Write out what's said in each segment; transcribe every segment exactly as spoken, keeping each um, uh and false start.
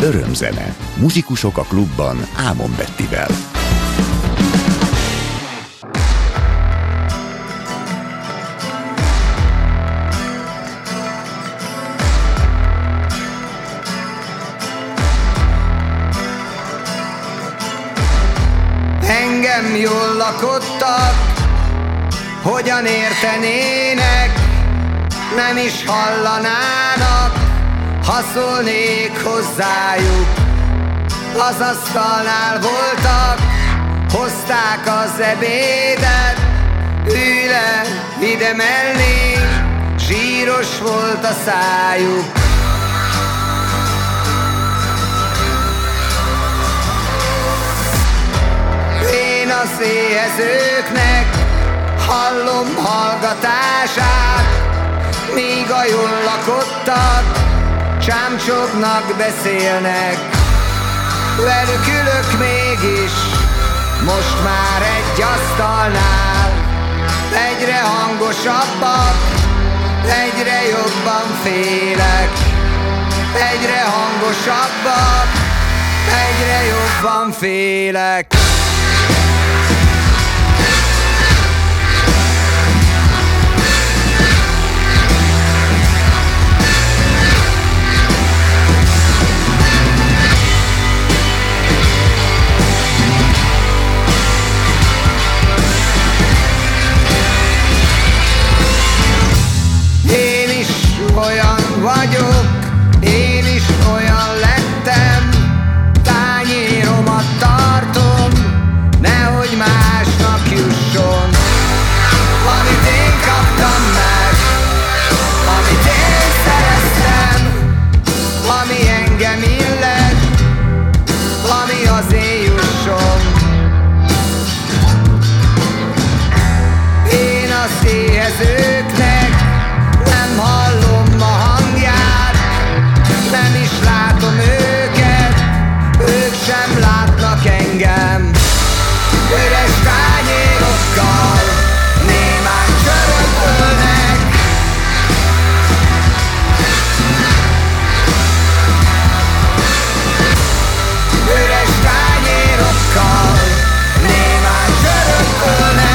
Örömzene. Muzsikusok a klubban Ámon Bettivel. Engem jól lakottak, hogyan értenének, nem is hallanának, ha szólnék hozzájuk. Az asztalnál voltak, hozták az ebédet, ülj le ide mellé, zsíros volt a szájuk. Én az éhezőknek hallom hallgatását, míg a jól lakottak csámcsognak, beszélnek. Velük ülök mégis, most már egy asztalnál. Egyre hangosabbak, egyre jobban félek. Egyre hangosabbak, egyre jobban félek. Olyan vagyok, én is olyan lettem, tányéromat tartom, nehogy másnak jusson. Amit én kaptam meg, amit én szereztem, ami engem illet, ami az én jusson. Én az éhezőknek nem hallom a hangját, nem is látom őket, ők sem látnak engem. Üres tányérokkal némán csörömpölnek. Üres tányérokkal némán csörömpölnek.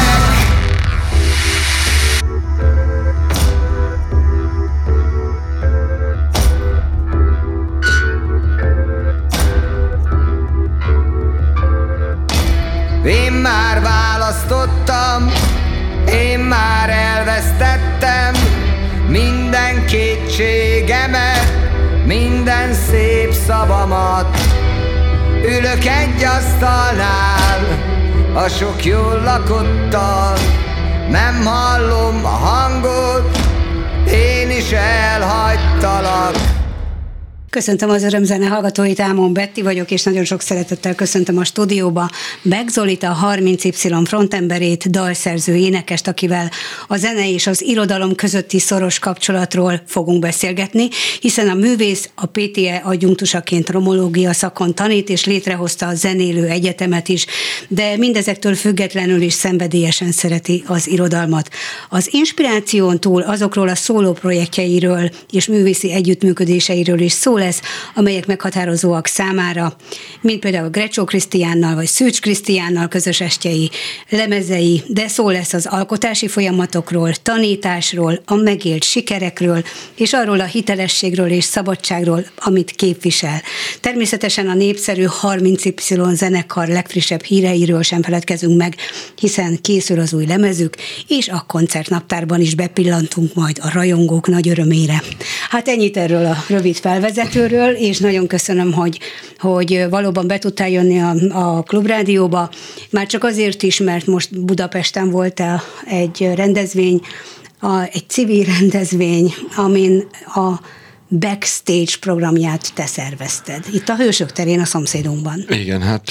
Én már választottam, én már elvesztettem minden kétségemet, minden szép szavamat. Ülök egy asztalnál, a sok jól lakottal, nem hallom a hangot, én is elhagytalak. Köszöntöm az Örömzene hallgatóit, Ámon Betti vagyok, és nagyon sok szeretettel köszöntöm a stúdióba Beck Zolit, a harminc Y frontemberét, dalszerző énekest, akivel a zene és az irodalom közötti szoros kapcsolatról fogunk beszélgetni, hiszen a művész a pé té é adjunktusaként romológia szakon tanít, és létrehozta a zenélő egyetemet is, de mindezektől függetlenül is szenvedélyesen szereti az irodalmat. Az inspiráción túl azokról a szóló projektjeiről és művészi együttműködéseiről is szól lesz, amelyek meghatározóak számára, mint például Grecsó Krisztiánnal vagy Szűcs Krisztiánnal közös estjei, lemezei, de szó lesz az alkotási folyamatokról, tanításról, a megélt sikerekről, és arról a hitelességről és szabadságról, amit képvisel. Természetesen a népszerű harminc Y zenekar legfrissebb híreiről sem feledkezünk meg, hiszen készül az új lemezük, és a koncertnaptárban is bepillantunk majd a rajongók nagy örömére. Hát ennyit erről a rövid felvezetőről, és nagyon köszönöm, hogy, hogy valóban be tudtál jönni a, a Klubrádióba, már csak azért is, mert most Budapesten volt egy rendezvény, a, egy civil rendezvény, amin a Backstage programját te szervezted. Itt a Hősök terén, a szomszédunkban. Igen, hát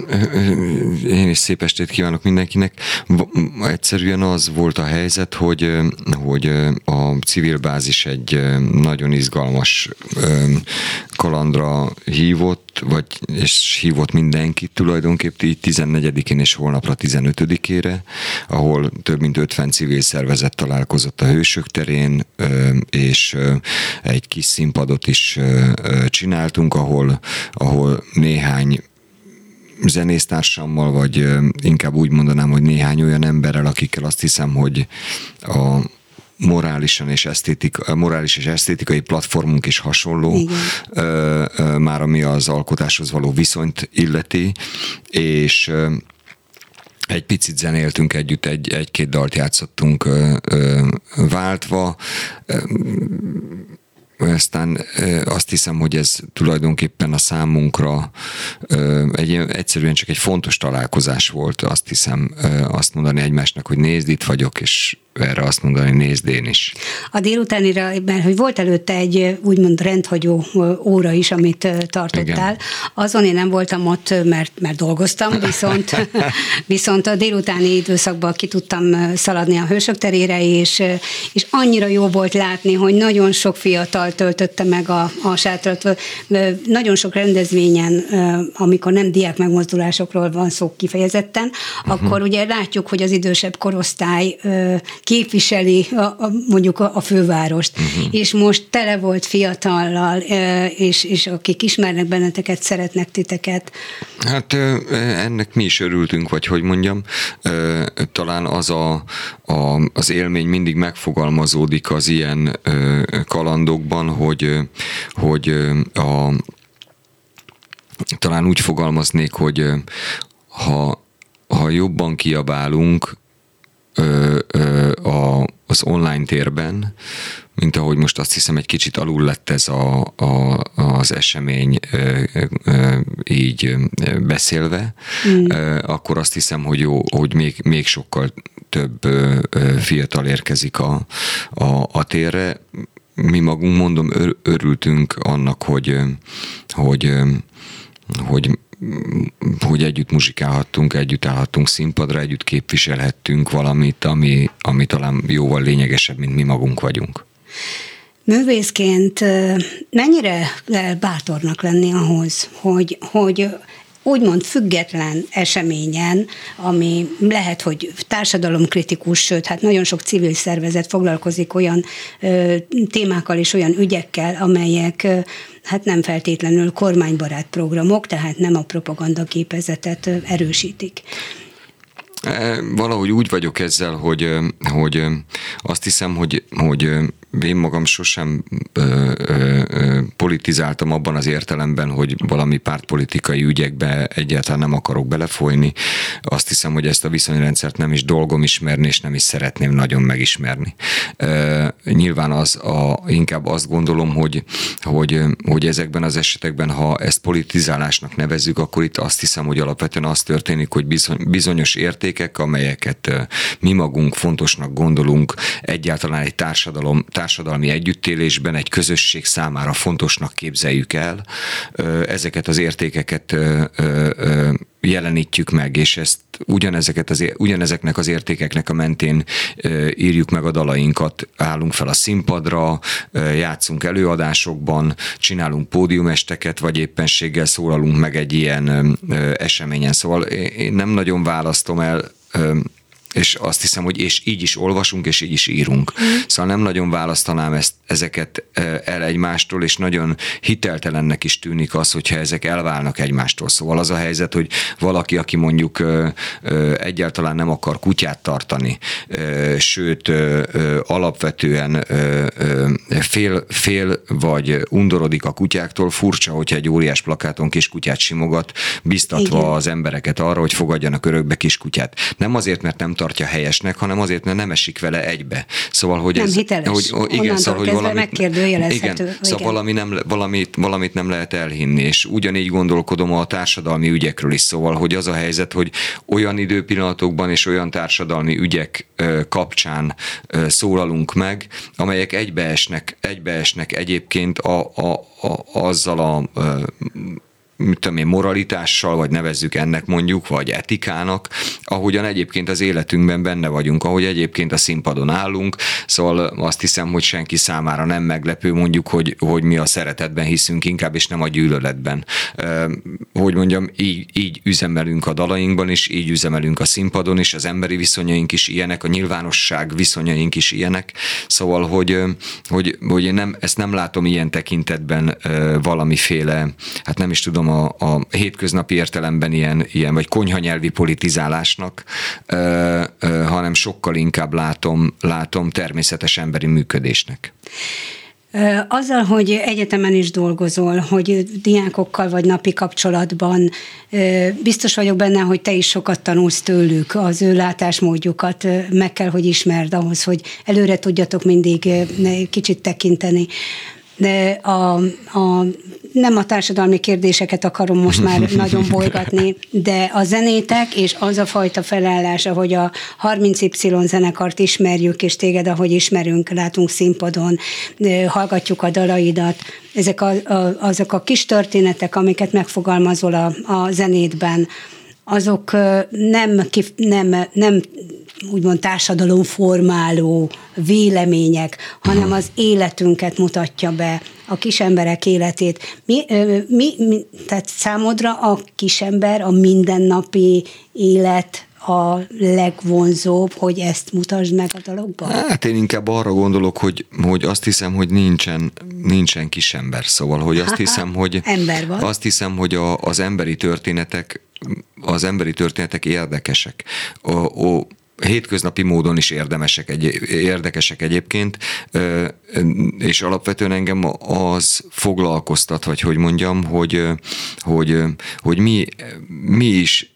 én is szép estét kívánok mindenkinek. Egyszerűen az volt a helyzet, hogy, hogy a civil bázis egy nagyon izgalmas kalandra hívott, vagy, és hívott mindenkit tulajdonképp így tizennegyedikén és holnapra tizenötödikére, ahol több mint ötven civil szervezet találkozott a Hősök terén, és egy kis színpadot is csináltunk, ahol, ahol néhány zenésztársammal, vagy inkább úgy mondanám, hogy néhány olyan emberrel, akikkel azt hiszem, hogy a morálisan és esztétika, morális és esztétikai platformunk is hasonló, ö, ö, már ami az alkotáshoz való viszonyt illeti, és ö, egy picit zenéltünk együtt, egy, egy-két dalt játszottunk ö, ö, váltva, ö, aztán azt hiszem, hogy ez tulajdonképpen a számunkra egy, egyszerűen csak egy fontos találkozás volt, azt hiszem, azt mondani egymásnak, hogy nézd, itt vagyok, és erre azt mondani, nézd én is. A délutánira, mert hogy volt előtte egy úgymond rendhagyó óra is, amit tartottál, igen. Azon én nem voltam ott, mert, mert dolgoztam, viszont, viszont a délutáni időszakban ki tudtam szaladni a Hősök terére, és, és annyira jó volt látni, hogy nagyon sok fiatal töltötte meg a, a sátrat. Nagyon sok rendezvényen, amikor nem diák megmozdulásokról van szó kifejezetten, uh-huh. akkor ugye látjuk, hogy az idősebb korosztály képviseli a, a, mondjuk a, a fővárost, uh-huh. és most tele volt fiatallal, és, és akik ismernek benneteket, szeretnek titeket. Hát ennek mi is örültünk, vagy hogy mondjam, talán az a, a, az élmény mindig megfogalmazódik az ilyen kalandokban, hogy, hogy a, talán úgy fogalmaznék, hogy ha, ha jobban kiabálunk a, az online térben, mint ahogy most azt hiszem egy kicsit alul lett ez a, a, az esemény így beszélve, mm. akkor azt hiszem, hogy jó, hogy még, még sokkal több fiatal érkezik a, a, a térre. Mi magunk, mondom, örültünk annak, hogy, hogy, hogy hogy együtt muzsikálhattunk, együtt állhattunk színpadra, együtt képviselhettünk valamit, ami, ami talán jóval lényegesebb, mint mi magunk vagyunk. Művészként mennyire lehet bátornak lenni ahhoz, hogy, hogy úgymond független eseményen, ami lehet, hogy társadalomkritikus, sőt, hát nagyon sok civil szervezet foglalkozik olyan ö, témákkal és olyan ügyekkel, amelyek ö, hát nem feltétlenül kormánybarát programok, tehát nem a propaganda gépezetet ö, erősítik. Valahogy úgy vagyok ezzel, hogy, hogy azt hiszem, hogy, hogy én magam sosem ö, ö, politizáltam abban az értelemben, hogy valami pártpolitikai ügyekbe egyáltalán nem akarok belefolyni. Azt hiszem, hogy ezt a viszonyrendszert nem is dolgom ismerni, és nem is szeretném nagyon megismerni. Ö, nyilván az a, inkább azt gondolom, hogy, hogy, hogy ezekben az esetekben, ha ezt politizálásnak nevezzük, akkor itt azt hiszem, hogy alapvetően az történik, hogy bizony, bizonyos értékek, amelyeket mi magunk fontosnak gondolunk, egyáltalán egy társadalom, társadalmi együttélésben, egy közösség számára fontosnak képzeljük el. Ezeket az értékeket jelenítjük meg, és ezt ugyanezeket az, ugyanezeknek az értékeknek a mentén írjuk meg a dalainkat, állunk fel a színpadra, játszunk előadásokban, csinálunk pódiumesteket, vagy éppenséggel szólalunk meg egy ilyen eseményen. Szóval én nem nagyon választom el, és azt hiszem, hogy és így is olvasunk, és így is írunk. Mm. Szóval nem nagyon választanám ezt, ezeket el egymástól, és nagyon hiteltelennek is tűnik az, hogyha ezek elválnak egymástól. Szóval az a helyzet, hogy valaki, aki mondjuk egyáltalán nem akar kutyát tartani, sőt, alapvetően fél, fél vagy undorodik a kutyáktól, furcsa, hogyha egy óriás plakáton kiskutyát simogat, biztatva igen. az embereket arra, hogy fogadjanak örökbe kiskutyát. Nem azért, mert nem tartja helyesnek, hanem azért, mert nem esik vele egybe. Szóval, hogy nem ez, hiteles. Hogy, hogy, igen, szóval, hogy valami, megkérdőjelezhető. Igen, szóval valami nem, valamit, valamit nem lehet elhinni, és ugyanígy gondolkodom a társadalmi ügyekről is, szóval, hogy az a helyzet, hogy olyan időpillanatokban és olyan társadalmi ügyek kapcsán szólalunk meg, amelyek egybeesnek, egybeesnek egyébként a, a, a, azzal a mit tudom én, moralitással, vagy nevezzük ennek mondjuk, vagy etikának, ahogyan egyébként az életünkben benne vagyunk, ahogy egyébként a színpadon állunk, szóval azt hiszem, hogy senki számára nem meglepő mondjuk, hogy, hogy mi a szeretetben hiszünk inkább, és nem a gyűlöletben. Hogy mondjam, így, így üzemelünk a dalainkban is, így üzemelünk a színpadon is, az emberi viszonyaink is ilyenek, a nyilvánosság viszonyaink is ilyenek, szóval, hogy, hogy, hogy én nem, ezt nem látom ilyen tekintetben valamiféle, hát nem is tudom, A, a hétköznapi értelemben ilyen, ilyen vagy konyhanyelvi politizálásnak, ö, ö, hanem sokkal inkább látom, látom természetes emberi működésnek. Azzal, hogy egyetemen is dolgozol, hogy diákokkal vagy napi kapcsolatban, biztos vagyok benne, hogy te is sokat tanulsz tőlük, az ő látásmódjukat meg kell, hogy ismerd ahhoz, hogy előre tudjatok mindig kicsit tekinteni. De a, a, nem a társadalmi kérdéseket akarom most már nagyon bolygatni, de a zenétek és az a fajta felállás, ahogy a harminc Y zenekart ismerjük, és téged, ahogy ismerünk, látunk színpadon, hallgatjuk a dalaidat, ezek a, a, azok a kis történetek, amiket megfogalmazol a, a zenétben, azok nem, nem, nem úgymond társadalomformáló vélemények, hanem az életünket mutatja be, a kisemberek életét. Mi, mi, mi, tehát számodra a kisember, a mindennapi élet a legvonzóbb, hogy ezt mutasd meg a dalokban? Hát én inkább arra gondolok, hogy, hogy azt hiszem, hogy nincsen, nincsen kisember, szóval, hogy azt hiszem, hogy ember van. Azt hiszem, hogy a, az emberi történetek az emberi történetek érdekesek. A, a, hétköznapi módon is érdemesek, egy, érdekesek egyébként, és alapvetően engem az foglalkoztat, vagy hogy mondjam, hogy, hogy, hogy mi, mi is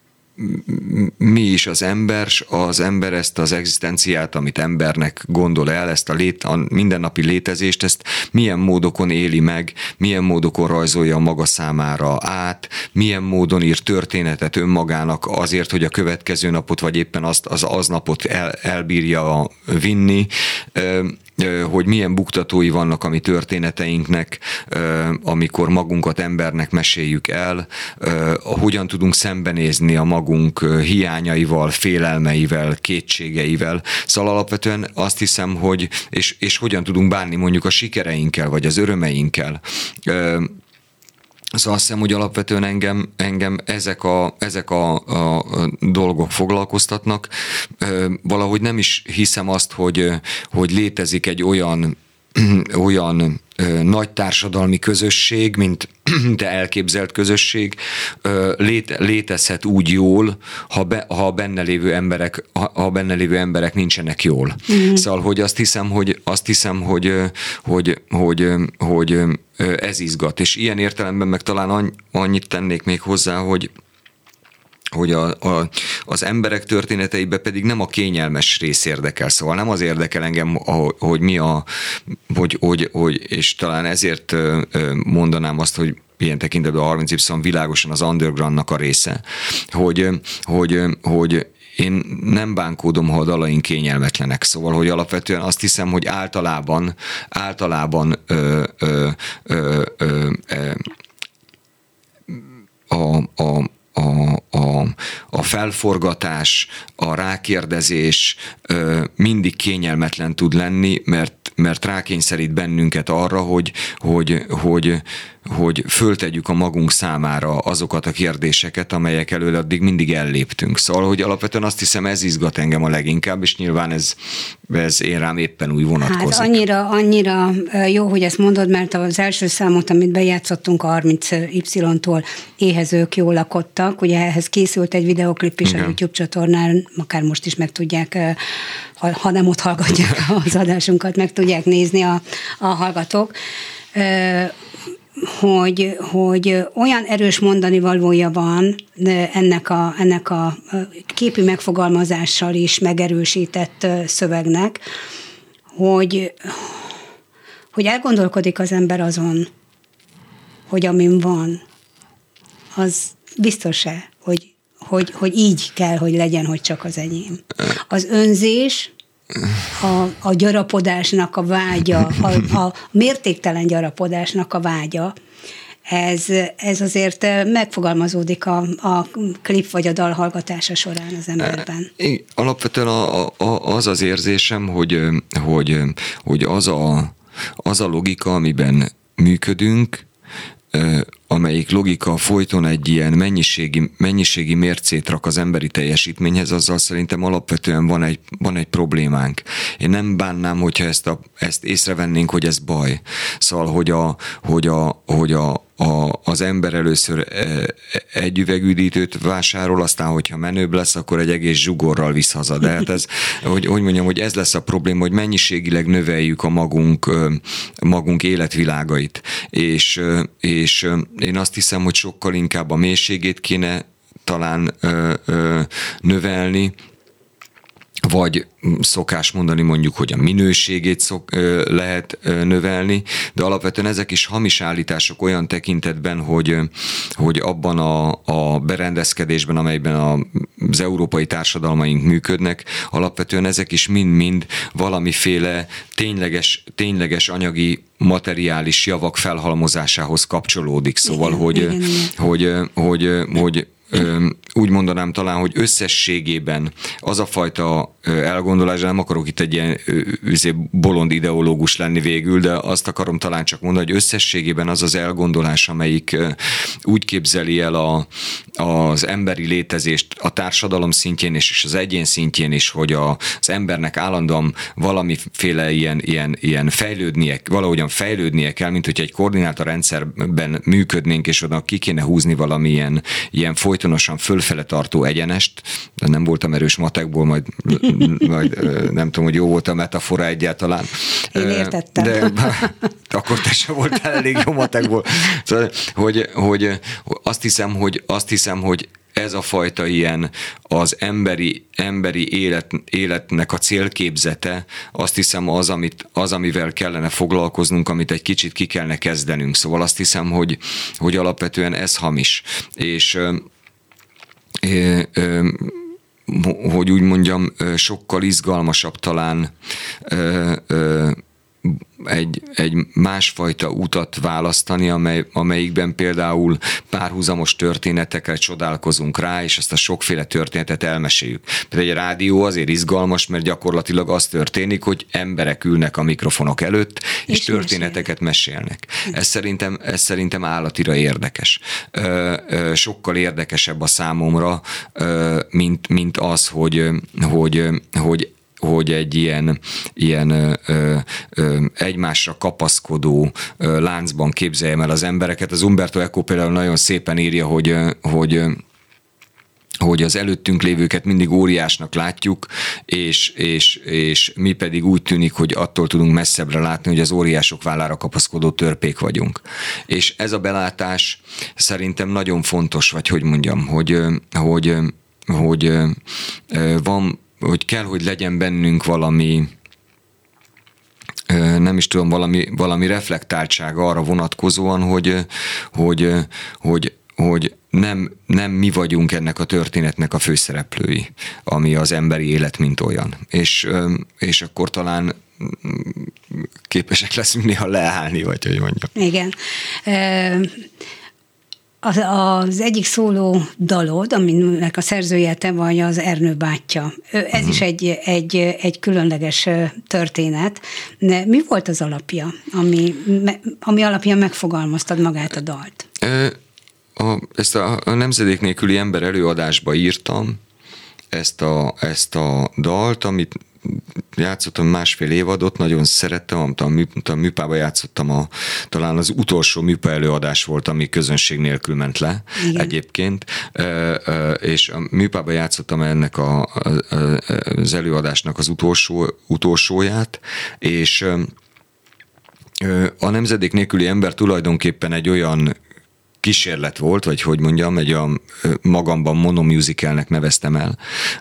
mi is az ember, az ember ezt az egzisztenciát, amit embernek gondol el, ezt a, lét, a mindennapi létezést, ezt milyen módokon éli meg, milyen módokon rajzolja maga számára át, milyen módon ír történetet önmagának azért, hogy a következő napot, vagy éppen azt, az aznapot el, elbírja vinni, hogy milyen buktatói vannak a mi történeteinknek, amikor magunkat embernek meséljük el, hogyan tudunk szembenézni a magunk hiányaival, félelmeivel, kétségeivel. Szóval alapvetően azt hiszem, hogy és, és hogyan tudunk bánni mondjuk a sikereinkkel, vagy az örömeinkkel. Szóval azt hiszem, hogy alapvetően engem, engem ezek, a, ezek a, a dolgok foglalkoztatnak. Valahogy nem is hiszem azt, hogy, hogy létezik egy olyan, olyan nagy társadalmi közösség, mint te elképzelt közösség, lét, létezhet úgy jól, ha, be, ha benne lévő emberek, ha, ha benne lévő emberek nincsenek jól. Mm. Szóval, hogy azt hiszem, hogy azt hiszem, hogy, hogy, hogy, hogy ez izgat. És ilyen értelemben meg talán annyit tennék még hozzá, hogy hogy a, a, az emberek történeteibe pedig nem a kényelmes rész érdekel, szóval nem az érdekel engem, hogy mi a, hogy, hogy, hogy és talán ezért mondanám azt, hogy ilyen tekintetben a harminc Y világosan az undergroundnak a része, hogy, hogy, hogy én nem bánkódom, ha a dalaink kényelmetlenek, szóval, hogy alapvetően azt hiszem, hogy általában, általában ö, ö, ö, ö, ö, a, a A, a, a felforgatás, a rákérdezés ö, mindig kényelmetlen tud lenni, mert, mert rákényszerít bennünket arra, hogy, hogy, hogy, hogy föltegyük a magunk számára azokat a kérdéseket, amelyek elől addig mindig elléptünk. Szóval, hogy alapvetően azt hiszem, ez izgat engem a leginkább, és nyilván ez, ez én rám éppen úgy vonatkozik. Hát annyira, annyira jó, hogy ezt mondod, mert az első számot, amit bejátszottunk a harminc Y-tól, Éhezők jól lakottak, ugye ehhez készült egy videoklip is. Igen. A YouTube csatornán, akár most is meg tudják, ha, ha nem ott hallgatják az adásunkat, meg tudják nézni a, a hallgatók, hogy, hogy olyan erős mondani valója van ennek a, ennek a képi megfogalmazással is megerősített szövegnek, hogy, hogy elgondolkodik az ember azon, hogy amin van, az biztos-e, hogy, hogy, hogy így kell, hogy legyen, hogy csak az enyém. Az önzés, a, a gyarapodásnak a vágya, a, a mértéktelen gyarapodásnak a vágya, ez, ez azért megfogalmazódik a, a klip vagy a dal hallgatása során az emberben. É, alapvetően a, a, az az érzésem, hogy, hogy, hogy az, a, az a logika, amiben működünk, amelyik logika folyton egy ilyen mennyiségi, mennyiségi mércét rak az emberi teljesítményhez, azzal szerintem alapvetően van egy, van egy problémánk. Én nem bánnám, hogyha ezt, a, ezt észrevennénk, hogy ez baj. Szóval, hogy, a, hogy, a, hogy a, a, az ember először egy üveg üdítőt vásárol, aztán, hogyha menőbb lesz, akkor egy egész zsugorral visz haza. De hát ez, hogy, hogy mondjam, hogy ez lesz a probléma, hogy mennyiségileg növeljük a magunk, magunk életvilágait. És, és én azt hiszem, hogy sokkal inkább a mélységét kéne talán ö, ö, növelni, vagy szokás mondani mondjuk, hogy a minőségét szok, ö, lehet ö, növelni, de alapvetően ezek is hamis állítások olyan tekintetben, hogy, hogy abban a, a berendezkedésben, amelyben a, az európai társadalmaink működnek, alapvetően ezek is mind-mind valamiféle tényleges, tényleges anyagi materiális javak felhalmozásához kapcsolódik. Szóval, igen, hogy, igen, igen. hogy, hogy, hogy, hogy úgy mondanám talán, hogy összességében az a fajta elgondolás, nem akarok itt egy ilyen bolond ideológus lenni végül, de azt akarom talán csak mondani, hogy összességében az az elgondolás, amelyik úgy képzeli el a, az emberi létezést a társadalom szintjén és az egyén szintjén is, hogy a, az embernek állandóan valamiféle ilyen, ilyen, ilyen fejlődnie, valahogyan fejlődnie kell, mint hogy egy koordinátorrendszerben működnénk, és oda ki kéne húzni valamilyen ilyen folytonosan fölfele tartó egyenest, de nem voltam erős matekból, majd, majd nem tudom, hogy jó volt a metafora egyáltalán. Én értettem. De akkor te sem voltál elég jó matekból. Szóval, hogy, hogy azt hiszem, hogy azt hiszem, hogy ez a fajta ilyen az emberi, emberi élet, életnek a célképzete, azt hiszem az, amit, az, amivel kellene foglalkoznunk, amit egy kicsit ki kellene kezdenünk. Szóval azt hiszem, hogy, hogy alapvetően ez hamis. És ö, ö, ö, hogy úgy mondjam, sokkal izgalmasabb talán ö, ö, Egy, egy másfajta utat választani, amely, amelyikben például párhuzamos történetekre csodálkozunk rá, és ezt a sokféle történetet elmeséljük. Például egy rádió azért izgalmas, mert gyakorlatilag az történik, hogy emberek ülnek a mikrofonok előtt, és, és történeteket mesélnek. Ez szerintem, ez szerintem állatira érdekes. Sokkal érdekesebb a számomra, mint, mint az, hogy, hogy, hogy hogy egy ilyen, ilyen ö, ö, egymásra kapaszkodó ö, láncban képzeljem el az embereket. Az Umberto Eco például nagyon szépen írja, hogy, hogy hogy az előttünk lévőket mindig óriásnak látjuk, és, és, és mi pedig úgy tűnik, hogy attól tudunk messzebbre látni, hogy az óriások vállára kapaszkodó törpék vagyunk. És ez a belátás szerintem nagyon fontos, vagy hogy mondjam, hogy, hogy, hogy van, hogy kell, hogy legyen bennünk valami, nem is tudom, valami, valami reflektáltság arra vonatkozóan, hogy, hogy, hogy, hogy nem, nem mi vagyunk ennek a történetnek a főszereplői, ami az emberi élet mint olyan. És, és akkor talán képesek leszünk néha leállni, vagy hogy mondjam. Igen. Az, az egyik szóló dalod, aminek a szerzője te vagy, az Ernő bátyja. Ez uh-huh. is egy, egy, egy különleges történet. De mi volt az alapja, ami, ami alapján megfogalmaztad magát a dalt? A, ezt a, a Nemzedék nélküli ember előadásba írtam ezt a, ezt a dalt, amit játszottam másfél évadot, nagyon szerettem, amit a, mű, a műpába játszottam, a, talán az utolsó műpá előadás volt, ami közönség nélkül ment le. Igen. Egyébként, és a műpába játszottam ennek a, az előadásnak az utolsó, utolsóját, és a Nemzedék nélküli ember tulajdonképpen egy olyan kísérlet volt, vagy hogy mondjam, egy olyan magamban monomusicalnek neveztem el,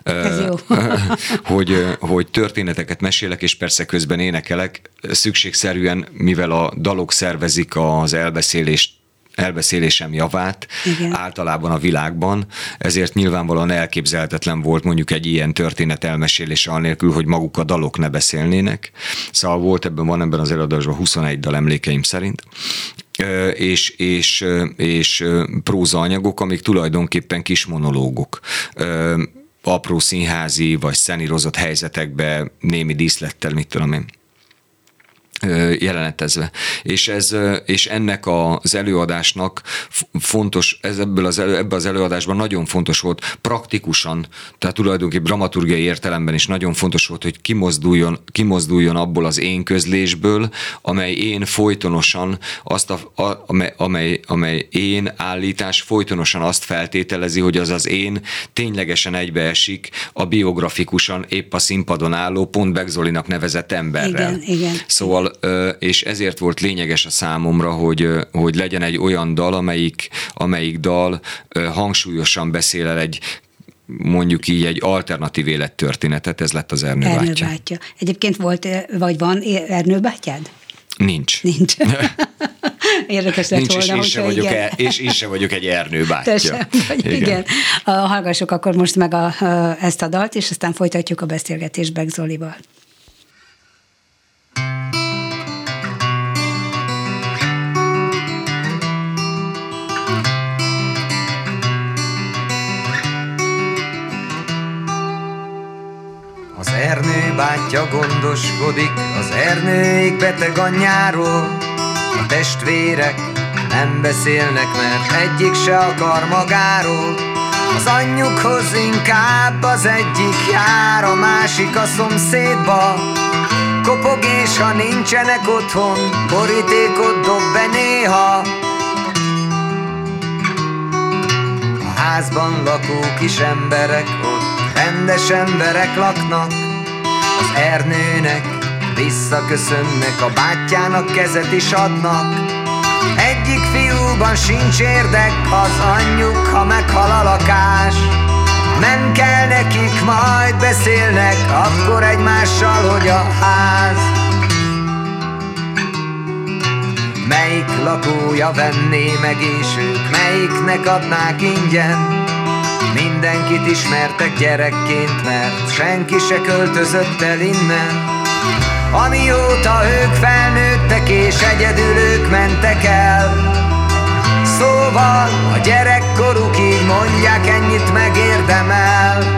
hogy, hogy történeteket mesélek, és persze közben énekelek, szükségszerűen, mivel a dalok szervezik az elbeszélést, elbeszélésem javát, igen, általában a világban, ezért nyilvánvalóan elképzelhetetlen volt mondjuk egy ilyen történet elmesélése anélkül, hogy maguk a dalok ne beszélnének. Szóval volt ebben, van ebben az előadásban huszonegy dal emlékeim szerint, és, és, és prózaanyagok, amik tulajdonképpen kis monológok. Apró színházi vagy szenírozott helyzetekbe némi díszlettel, mit tudom én, jelenetezve. És, ez, és ennek az előadásnak fontos, ez ebből az elő, ebben az előadásban nagyon fontos volt praktikusan, tehát tulajdonképpen dramaturgiai értelemben is nagyon fontos volt, hogy kimozduljon, kimozduljon abból az én közlésből, amely én folytonosan azt a, a, amely, amely, amely én állítás folytonosan azt feltételezi, hogy az az én ténylegesen egybeesik a biografikusan épp a színpadon álló pont Beck Zolinak nevezett emberrel. Igen, igen. Szóval és ezért volt lényeges a számomra, hogy, hogy legyen egy olyan dal, amelyik, amelyik dal hangsúlyosan beszél el egy, mondjuk így egy alternatív élettörténetet, ez lett az Ernő, Ernő bátyja. bátyja. Egyébként volt, vagy van Ernő bátyád? Nincs. Nincs. Érdekes lett Nincs, volna, és, én vagyok igen. el, és én sem vagyok egy Ernő bátyja. Te sem vagy, igen. igen. Hallgassuk akkor most meg a, ezt a dalt, és aztán folytatjuk a beszélgetést Beck Zolival. Az Ernő bátyja gondoskodik az Ernőék beteg anyjáról. A testvérek nem beszélnek, mert egyik se akar magáról. Az anyjukhoz inkább az egyik jár, a másik a szomszédba. Kopog, és ha nincsenek otthon, borítékot dob be néha. A házban lakó kis emberek, ott rendes emberek laknak. Az Ernőnek visszaköszönnek, a bátyjának kezet is adnak. Egyik fiúban sincs érdek, az anyjuk, ha meghal a lakás. Nem kell nekik, majd beszélnek akkor egymással, hogy a ház melyik lakója venné meg, és ők melyiknek adnák ingyen. Mindenkit ismertek gyerekként, mert senki se költözött el innen. Amióta ők felnőttek, és egyedül ők mentek el. Szóval a gyerekkoruk, így mondják, ennyit megérdemel.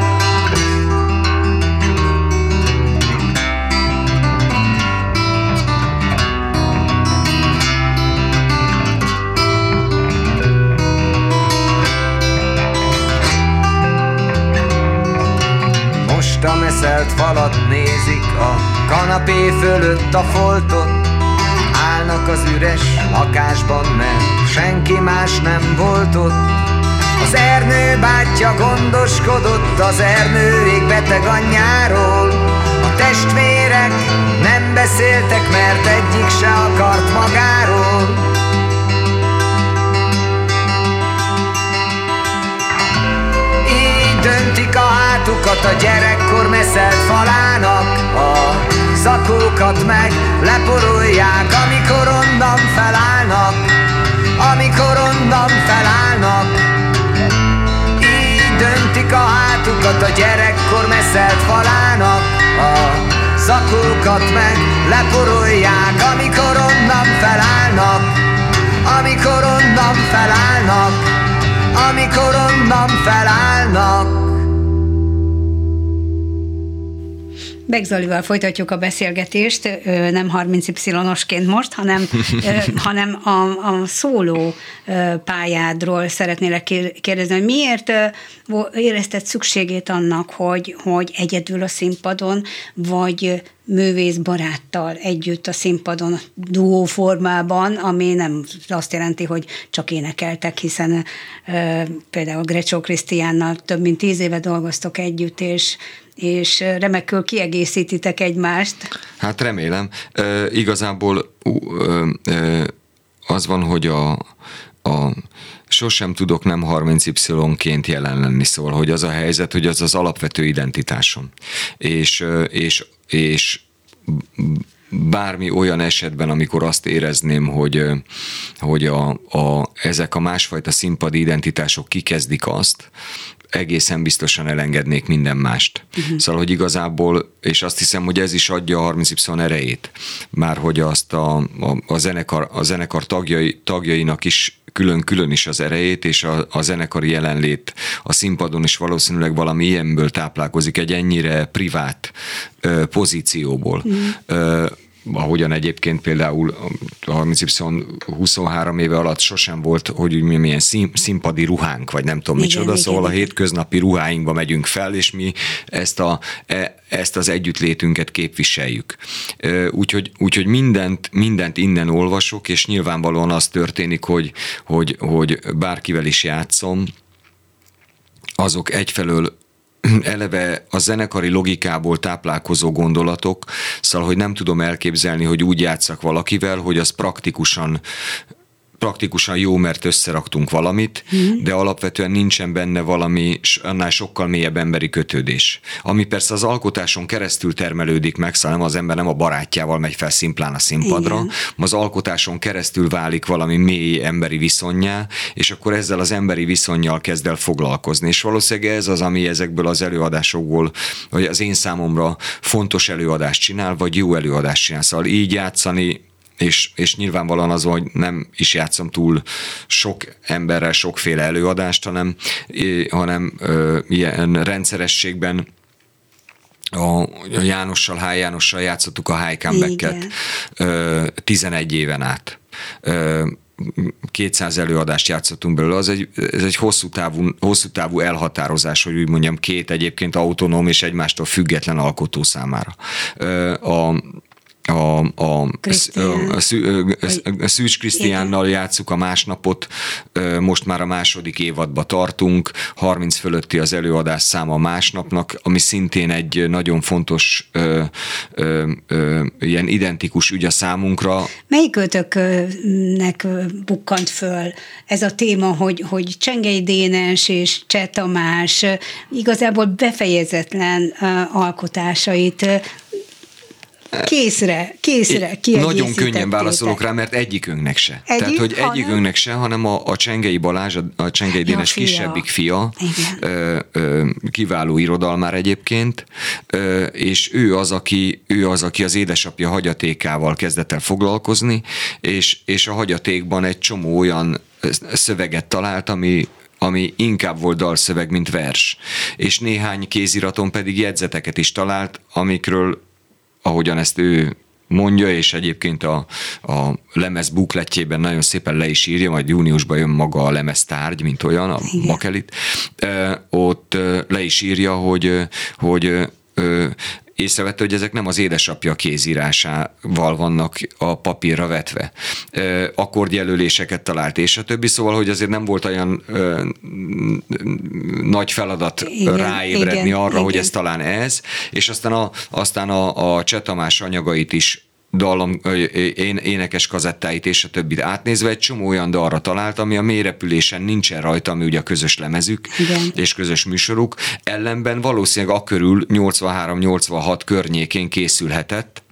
Most a meszelt falat nézik, a kanapé fölött a foltot. Állnak az üres lakásban, mert senki más nem volt ott. Az Ernő bátyja gondoskodott az Ernőék beteg anyjáról. A testvérek nem beszéltek, mert egyik se akart magáról. Így döntik a hátukat a gyerekkor meszelt falának. A zakókat meg leporolják, amikor onnan felállnak. Amikor onnan felállnak. Így döntik a hátukat a gyerekkor meszelt falának. A zakókat meg leporolják, amikor onnan felállnak. Amikor onnan felállnak. Amikor onnan felállnak. Beck Zolival folytatjuk a beszélgetést, nem harminc Y-osként most, hanem, hanem a, a szóló pályádról szeretnélek kérdezni, hogy miért érezted szükségét annak, hogy, hogy egyedül a színpadon, vagy művész baráttal együtt a színpadon, duó formában, ami nem azt jelenti, hogy csak énekeltek, hiszen e, például Grecsó Krisztiánnal több mint tíz éve dolgoztok együtt, és és remekül kiegészítitek egymást. Hát remélem. E, igazából e, az van, hogy a, a sosem tudok nem harminc Y-ként jelen lenni, szóval, hogy az a helyzet, hogy az az alapvető identitásom. És, és, és bármi olyan esetben, amikor azt érezném, hogy, hogy a, a, ezek a másfajta színpadi identitások kikezdik azt, egészen biztosan elengednék minden mást. Uh-huh. Szóval, hogy igazából, és azt hiszem, hogy ez is adja a harminc Y erejét, már hogy azt a, a, a, zenekar, a zenekar tagjai, tagjainak is külön-külön is az erejét, és a, a zenekari jelenlét a színpadon is valószínűleg valami ilyenből táplálkozik, egy ennyire privát ö, pozícióból. Mm. Ö, ahogyan egyébként például a harminc Y huszonhárom éve alatt sosem volt, hogy úgy milyen szín, színpadi ruhánk, vagy nem tudom igen, micsoda, igen, szóval igen. A hétköznapi ruháinkba megyünk fel, és mi ezt, a, ezt az együttlétünket képviseljük. Úgyhogy, úgyhogy mindent, mindent innen olvasok, és nyilvánvalóan az történik, hogy, hogy, hogy bárkivel is játszom, azok egyfelől eleve a zenekari logikából táplálkozó gondolatok, szóval, hogy nem tudom elképzelni, hogy úgy játsszak valakivel, hogy az praktikusan praktikusan jó, mert összeraktunk valamit, hmm. de alapvetően nincsen benne valami annál sokkal mélyebb emberi kötődés. Ami persze az alkotáson keresztül termelődik meg, szóval nem az ember nem a barátjával megy fel szimplán a színpadra, igen. Az alkotáson keresztül válik valami mély emberi viszonnyá, és akkor ezzel az emberi viszonnyal kezd el foglalkozni. És valószínűleg ez az, ami ezekből az előadásokból, vagy az én számomra fontos előadást csinál, vagy jó előadást csinál. Szóval így játszani, És, és nyilvánvalóan az, hogy nem is játszom túl sok emberrel sokféle előadást, hanem, hanem ö, ilyen rendszerességben a Jánossal, H. Jánossal játszottuk a High Comebacket tizenegy éven át. Ö, kétszáz előadást játszottunk belőle, az egy, ez egy hosszú távú, hosszú távú elhatározás, hogy úgy mondjam, két egyébként autonóm és egymástól független alkotó számára. Ö, a A, a, a, a Szűcs Krisztiánnal játsszuk a másnapot, most már a második évadba tartunk, harminc fölötti az előadás száma másnapnak, ami szintén egy nagyon fontos ö, ö, ö, ilyen identikus ügy a számunkra. Melyik ötöknek bukkant föl ez a téma, hogy, hogy Csengei Dénes és Cseh Tamás igazából befejezetlen alkotásait Készre, készre Nagyon könnyen válaszolok rá, mert egyikünknek se. Egyik, Tehát, hogy egyikünknek se, hanem a, a Csengei Balázs, a, a Csengei Dénes ja, kisebbik fia, ö, ö, kiváló irodalmár egyébként, ö, és ő az, aki, ő az, aki az édesapja hagyatékával kezdett el foglalkozni, és, és a hagyatékban egy csomó olyan szöveget talált, ami ami inkább volt dalszöveg, mint vers. És néhány kéziraton pedig jegyzeteket is talált, amikről ahogyan ezt ő mondja, és egyébként a, a lemez bukletjében nagyon szépen le is írja, majd júniusban jön maga a lemeztárgy, mint olyan, a igen. bakelit, ott le is írja, hogy, hogy észrevette, hogy ezek nem az édesapja kézírásával vannak a papírra vetve. Akkordjelöléseket talált, és a többi, szóval, hogy azért nem volt olyan ö, nagy feladat igen, ráébredni igen, arra, igen. hogy ez talán ez, és aztán a, aztán a, a Cseh Tamás anyagait is dallam, én, énekes kazettáit és a többit átnézve egy csomó olyan dalra talált, ami a Mélyrepülésen nincsen rajta, ami ugye a közös lemezük igen. és közös műsoruk. Ellenben valószínűleg akörül nyolcvanhárom nyolcvanhat környékén készülhetett,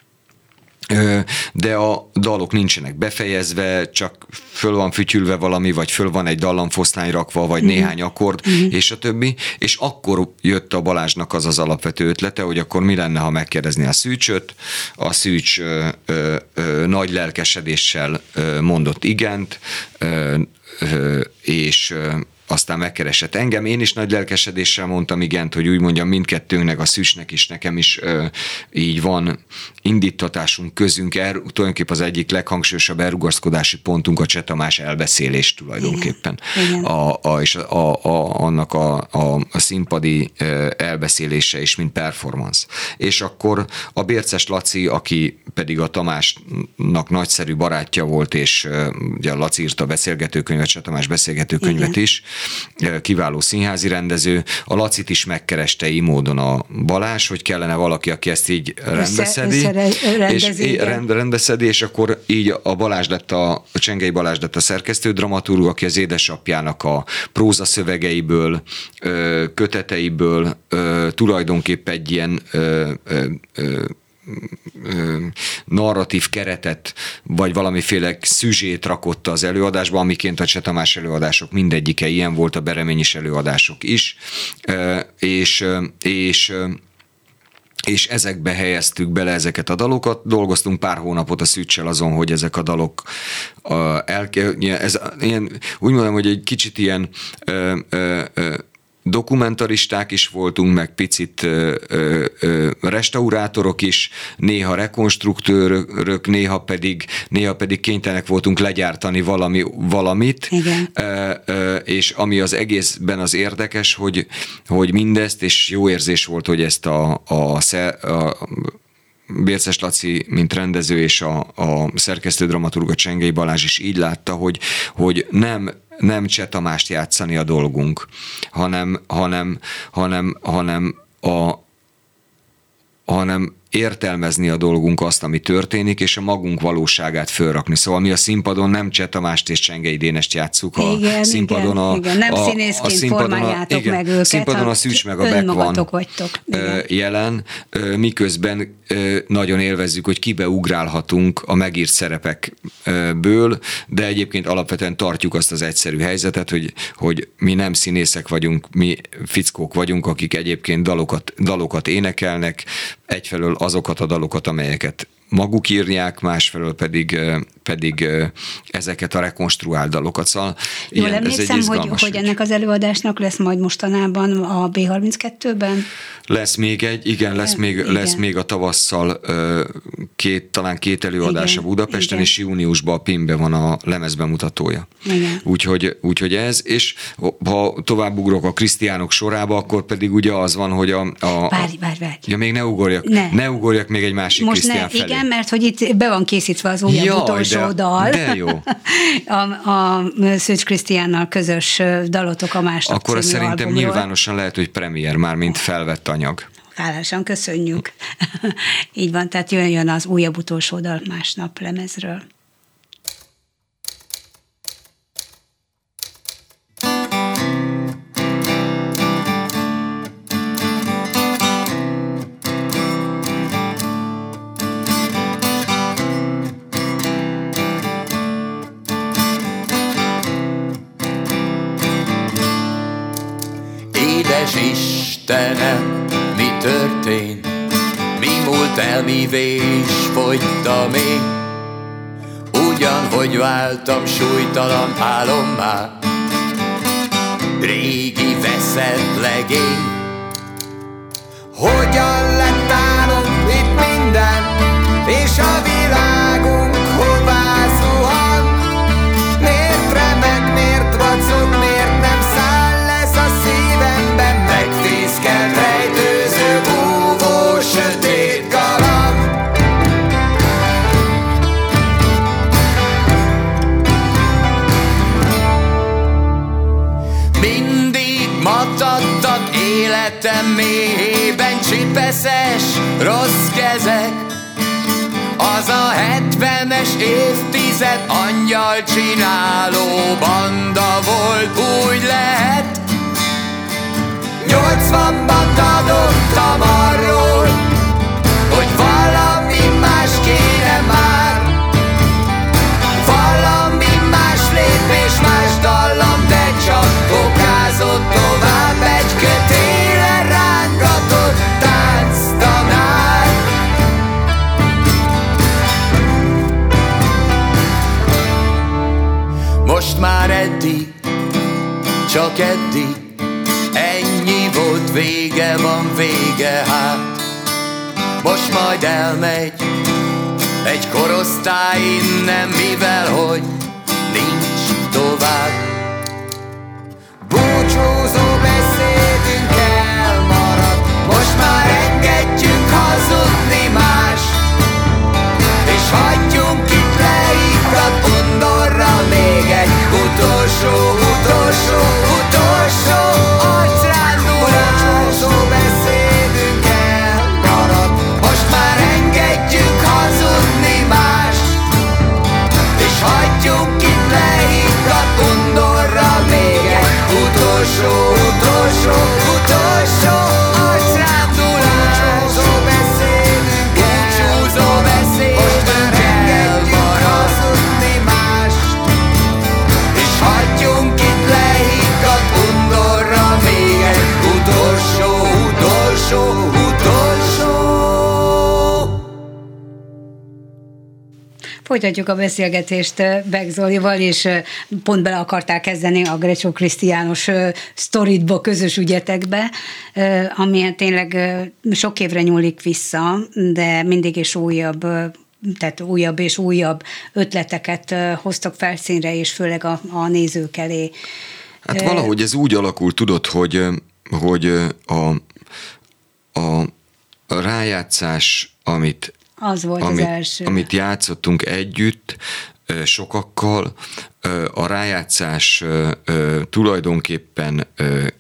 de a dalok nincsenek befejezve, csak föl van fütyülve valami, vagy föl van egy dallamfoszlány rakva, vagy mm. néhány akkord, mm. és a többi, és akkor jött a Balázsnak az az alapvető ötlete, hogy akkor mi lenne, ha megkérdezni a Szűcsöt, a Szűcs ö, ö, ö, nagy lelkesedéssel ö, mondott igent, ö, ö, és ö, aztán megkeresett engem, én is nagy lelkesedéssel mondtam igent, hogy úgy mondjam, mindkettőnknek, a Szűcsnek is, nekem is ö, így van indítatásunk, közünk, el, tulajdonképpen az egyik leghangsúlyosabb elrugaszkodási pontunk a Cseh Tamás elbeszélés tulajdonképpen. Igen. A, a, és a, a, annak a, a, a színpadi elbeszélése is, mint performance. És akkor a Bérces Laci, aki pedig a Tamásnak nagyszerű barátja volt, és ugye a Laci írta a beszélgetőkönyvet, Cseh Tamás beszélgetőkönyvet igen. is, kiváló színházi rendező. A Lacit is megkereste így módon a Balázs, hogy kellene valaki, aki ezt így rendbeszedi, össze, és rend, rendbeszedi, és akkor így a Balázs lett a, a Csengei Balázs lett a szerkesztő dramaturg, aki az édesapjának a próza szövegeiből, köteteiből tulajdonképp egy ilyen narratív keretet, vagy valamiféle szüzsét rakott az előadásba, amiként a Cseh Tamás előadások mindegyike ilyen volt, a Bereményis előadások is, és, és és ezekbe helyeztük bele ezeket a dalokat. Dolgoztunk pár hónapot a Szűccsel azon, hogy ezek a dalok el, ez, ilyen, úgy mondom, hogy egy kicsit ilyen ö, ö, ö, dokumentaristák is voltunk, meg picit ö, ö, ö, restaurátorok is, néha rekonstruktőrök, néha pedig, néha pedig kénytelenek voltunk legyártani valami, valamit. Igen. Ö, ö, és ami az egészben az érdekes, hogy, hogy mindezt, és jó érzés volt, hogy ezt a, a, a Bérces Laci, mint rendező, és a, a szerkesztő dramaturga Csengei Balázs is így látta, hogy, hogy nem nem Cseh Tamást játszani a dolgunk, hanem, hanem, hanem, hanem, a, hanem értelmezni a dolgunk, azt, ami történik, és a magunk valóságát fölrakni. Szóval mi a színpadon nem Cseh Tamást és Csengei Dénest játsszuk, a igen, színpadon igen, a, igen. Nem a, színészként a színpadon formáljátok a, igen, meg őket, színpadon a Szűcs meg a Beck van vagytok. jelen, miközben nagyon élvezzük, hogy kibeugrálhatunk a megírt szerepekből, de egyébként alapvetően tartjuk azt az egyszerű helyzetet, hogy, hogy mi nem színészek vagyunk, mi fickók vagyunk, akik egyébként dalokat, dalokat énekelnek, egyfelől azokat a dalokat, amelyeket maguk írják, másfelől pedig, pedig ezeket a rekonstruált dalokat. Szóval jól ilyen, emlékszem, hogy, hogy ennek az előadásnak lesz majd mostanában a bé harminckettőben? Lesz még egy, igen, lesz még, igen. lesz még a tavasszal két, talán két előadás igen, a Budapesten, igen. És júniusban a Pimbe van a lemezbemutatója. Úgyhogy, úgyhogy ez, és ha tovább ugrok a Krisztiánok sorába, akkor pedig ugye az van, hogy a... a várj, várj, várj. Ja, még ne ugorjak, ne, ne ugorjak még egy másik Krisztián felé. Igen, mert hogy itt be van készítve az újabb Jaj, utolsó de, dal. De jó. a, a Szűcs Krisztiánnal közös dalotok a másnap Akkor című szerintem albumról. Nyilvánosan lehet, hogy premier, már mint felvett anyag. Hálásan köszönjük. Így van, tehát jön az újabb utolsó dal másnap lemezről. Istenem, mi történt? Mi múlt el, mi vés fogytam én? Ugyanhogy váltam súlytalan álommá, régi veszett legény. Hogyan lett nálunk itt minden, és a világunk hová zuhan? Miért remeg, miért vacog, miért nem száll ez a szívemben? Megfészkel rejtőző, búvó, sötét galamb. Mindig matadtak életem mélyében csipeszes, rossz kezek. Az a hetvenes évtized angyal csináló banda volt, úgy lehet. Nyolcvanban tanultam arról, hogy valami más kéne már. Valami más lépés, más dallam, de csak kokázott tovább egy kötéle rángatott tánctanár. Most már eddig, csak eddig, ennyi volt, vége van, vége hát. Most majd elmegy egy korosztály innen, mivel hogy nincs tovább. Búcsúzó beszédünk elmarad, most már engedjünk hazudni más, és hagyjunk itt leiggat undorral még egy utolsó, utolsó, utolsó arcrándulás. Búcsúzó beszédünk elmarad, most már engedjünk hazudni más, és hagyjunk itt leiggat undorral még egy utolsó, utolsó, utolsó arcrándulás. Búcsúzó beszédünk elmarad. Folytatjuk a beszélgetést Beck Zolival, és pont bele akarták kezdeni a Grecso Krisztiános sztoritba, közös ügyetekbe, ami tényleg sok évre nyúlik vissza, de mindig is újabb, tehát újabb és újabb ötleteket hoztak felszínre, és főleg a, a nézők elé. Hát valahogy ez úgy alakult, tudod, hogy, hogy a, a, a rájátszás, amit Az volt amit, az első. Amit játszottunk együtt, sokakkal, a rájátszás tulajdonképpen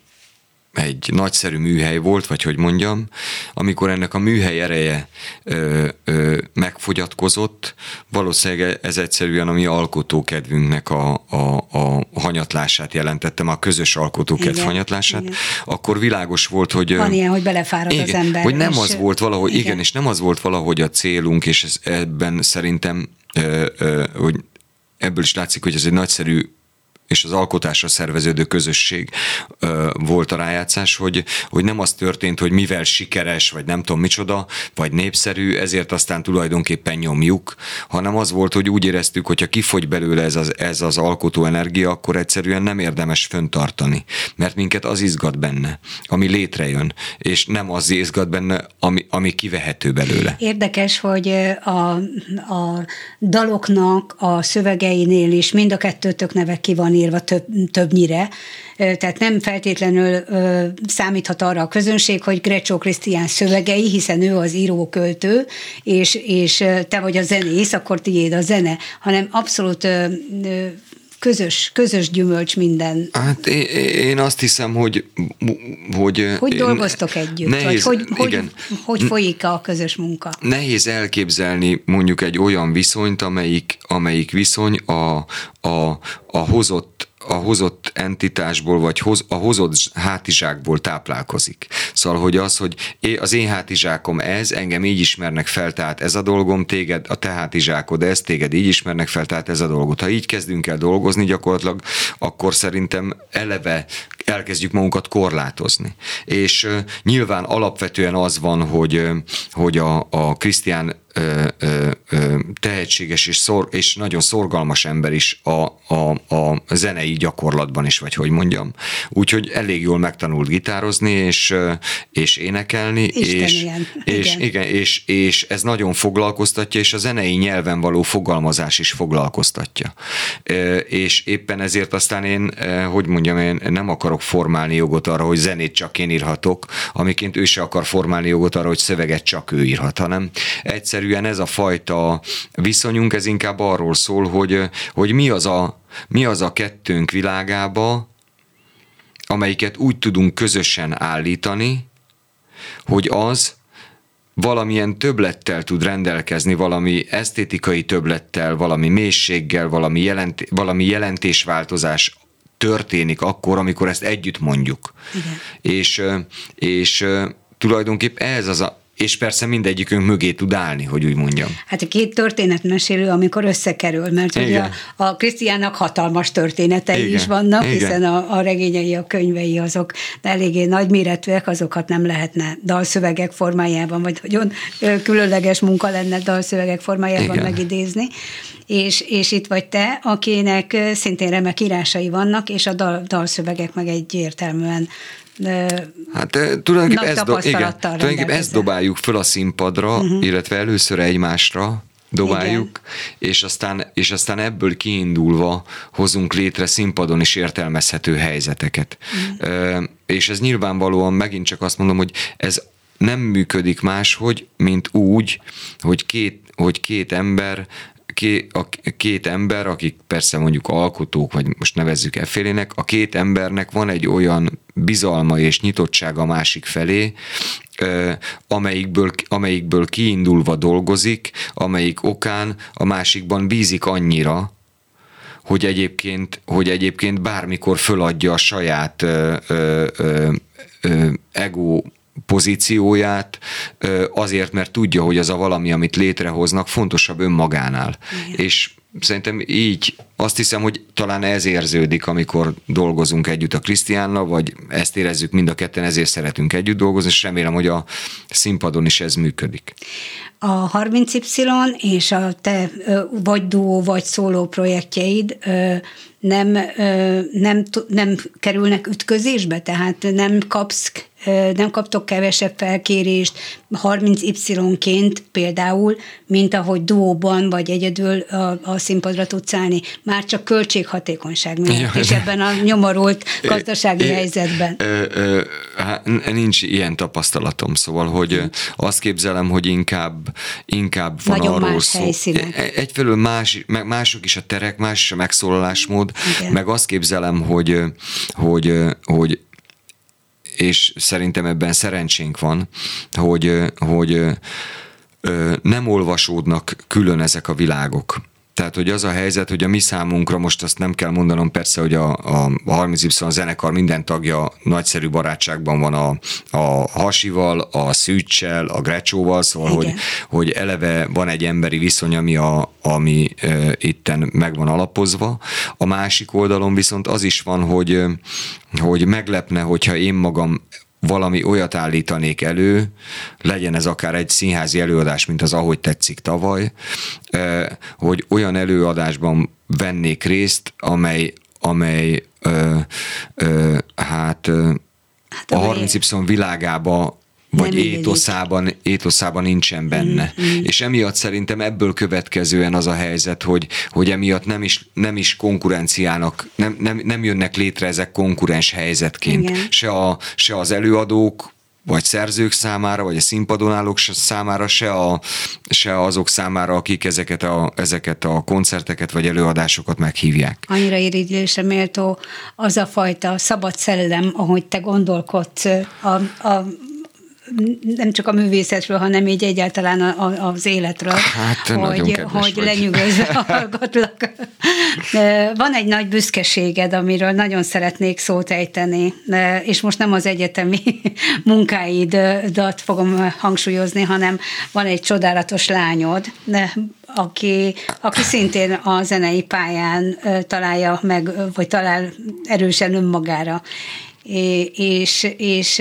egy nagyszerű műhely volt, vagy hogy mondjam, amikor ennek a műhely ereje ö, ö, megfogyatkozott, valószínűleg ez egyszerűen a mi alkotókedvünknek a, a, a hanyatlását jelentette, a közös alkotókedv igen, hanyatlását, igen. Akkor világos volt, hogy... Van ilyen, hogy belefárad igen, az ember. Hogy nem az volt valahogy, igen. igen, és nem az volt valahogy a célunk, és ez, ebben szerintem, ö, ö, hogy ebből is látszik, hogy ez egy nagyszerű és az alkotásra szerveződő közösség ö, volt a rájátszás, hogy, hogy nem az történt, hogy mivel sikeres, vagy nem tudom micsoda, vagy népszerű, ezért aztán tulajdonképpen nyomjuk, hanem az volt, hogy úgy éreztük, hogyha kifogy belőle ez az, ez az alkotó energia, akkor egyszerűen nem érdemes föntartani, mert minket az izgat benne, ami létrejön, és nem az izgat benne, ami, ami kivehető belőle. Érdekes, hogy a, a daloknak a szövegeinél is mind a kettőtök neve ki van írva több, többnyire, tehát nem feltétlenül ö, számíthat arra a közönség, hogy Grecso Krisztián szövegei, hiszen ő az író-költő, és, és te vagy a zenész, akkor tiéd a zene, hanem abszolút ö, ö, közös, közös gyümölcs minden. Hát én, én azt hiszem, hogy... Hogy, hogy dolgoztok együtt? Nehéz, vagy hogy, igen. hogy, hogy folyik a közös munka? Nehéz elképzelni mondjuk egy olyan viszonyt, amelyik, amelyik viszony a, a, a hozott a hozott entitásból, vagy hoz, a hozott hátizsákból táplálkozik. Szóval, hogy az, hogy az én hátizsákom ez, engem így ismernek fel, tehát ez a dolgom, téged, a te hátizsákod ez, téged így ismernek fel, tehát ez a dolgot. Ha így kezdünk el dolgozni gyakorlatilag, akkor szerintem eleve elkezdjük magunkat korlátozni. És uh, nyilván alapvetően az van, hogy, uh, hogy a, a Krisztián Ö, ö, ö, tehetséges és, szor, és nagyon szorgalmas ember is a, a, a zenei gyakorlatban is, vagy hogy mondjam. Úgyhogy elég jól megtanult gitározni, és, és énekelni, és, ilyen. és, igen. Igen, és, és ez nagyon foglalkoztatja, és a zenei nyelven való fogalmazás is foglalkoztatja. És éppen ezért aztán én, hogy mondjam, én nem akarok formálni jogot arra, hogy zenét csak én írhatok, amiként ő se akar formálni jogot arra, hogy szöveget csak ő írhat, hanem egyszerű ez a fajta viszonyunk, ez inkább arról szól, hogy, hogy mi, az a, mi az a kettőnk világába, amelyiket úgy tudunk közösen állítani, hogy az valamilyen többlettel tud rendelkezni, valami esztétikai többlettel, valami mélységgel, valami, jelent, valami jelentésváltozás történik akkor, amikor ezt együtt mondjuk. Igen. És, és tulajdonképp ez az a és persze mindegyikünk mögé tud állni, hogy úgy mondjam. Hát a két történetmesélő, amikor összekerül, mert igen. ugye a, a Krisztiánnak hatalmas történetei igen. is vannak, igen. hiszen a, a regényei, a könyvei azok eléggé nagyméretűek, azokat nem lehetne dalszövegek formájában, vagy nagyon különleges munka lenne dalszövegek formájában igen. megidézni. És, és itt vagy te, akinek szintén remek írásai vannak, és a dal, dalszövegek meg egyértelműen Hát tulajdonképpen ezt, do, igen, tulajdonképpen ezt dobáljuk föl a színpadra, uh-huh. illetve először egymásra dobáljuk, és aztán, és aztán ebből kiindulva hozunk létre színpadon is értelmezhető helyzeteket. Uh-huh. És ez nyilvánvalóan megint csak azt mondom, hogy ez nem működik máshogy, mint úgy, hogy két, hogy két ember a két ember, akik persze mondjuk alkotók, vagy most nevezzük effélének, a két embernek van egy olyan bizalma és nyitottsága a másik felé, amelyikből, amelyikből kiindulva dolgozik, amelyik okán a másikban bízik annyira, hogy egyébként, hogy egyébként bármikor föladja a saját ö, ö, ö, ego pozícióját, azért, mert tudja, hogy az a valami, amit létrehoznak, fontosabb önmagánál. Igen. És szerintem így azt hiszem, hogy talán ez érződik, amikor dolgozunk együtt a Krisztiánnal, vagy ezt érezzük mind a ketten, ezért szeretünk együtt dolgozni, és remélem, hogy a színpadon is ez működik. A harminc ipszilon és a te vagy duó, vagy szóló projektjeid nem, nem, nem kerülnek ütközésbe? Tehát nem kapsz, nem kaptok kevesebb felkérést harminc ipszilonként például, mint ahogy duóban vagy egyedül a, a színpadra tudsz állni. Már csak költséghatékonyság miatt, és ebben a nyomorult gazdasági é, helyzetben. Ö, ö, hát nincs ilyen tapasztalatom, szóval, hogy azt képzelem, hogy inkább, inkább van nagyon arról más szó. helyszínek. Egyfelől más, mások is a terek, más is a megszólalásmód, igen. Meg azt képzelem, hogy, hogy, hogy és szerintem ebben szerencsénk van, hogy, hogy nem olvasódnak külön ezek a világok. Tehát, hogy az a helyzet, hogy a mi számunkra, most azt nem kell mondanom persze, hogy a, a harminc ipszilon zenekar minden tagja nagyszerű barátságban van a, a Hasival, a Szűccsel, a Grecsóval, szóval, hogy, hogy eleve van egy emberi viszony, ami, a, ami e, itten meg van alapozva. A másik oldalon viszont az is van, hogy, hogy meglepne, hogyha én magam valami olyat állítanék elő, legyen ez akár egy színházi előadás, mint az Ahogy tetszik tavaly, hogy olyan előadásban vennék részt, amely, amely ö, ö, hát, hát a harminc ipszilon világába vagy étoszában, étoszában nincsen benne. Mm-hmm. És emiatt szerintem ebből következően az a helyzet, hogy, hogy emiatt nem is, nem is konkurenciának, nem, nem, nem jönnek létre ezek konkurens helyzetként. Se, a, se az előadók, vagy szerzők számára, vagy a színpadon állók számára, se, a, se azok számára, akik ezeket a, ezeket a koncerteket, vagy előadásokat meghívják. Annyira irigylésre méltó az a fajta szabad szellem, ahogy te gondolkodsz a, a nem csak a művészetről, hanem így egyáltalán a, a, az életről, hát, hogy, hogy lenyűgözve hallgatlak. Van egy nagy büszkeséged, amiről nagyon szeretnék szót ejteni, és most nem az egyetemi munkáidat fogom hangsúlyozni, hanem van egy csodálatos lányod, aki, aki szintén a zenei pályán találja meg, vagy talál erősen önmagára. És, és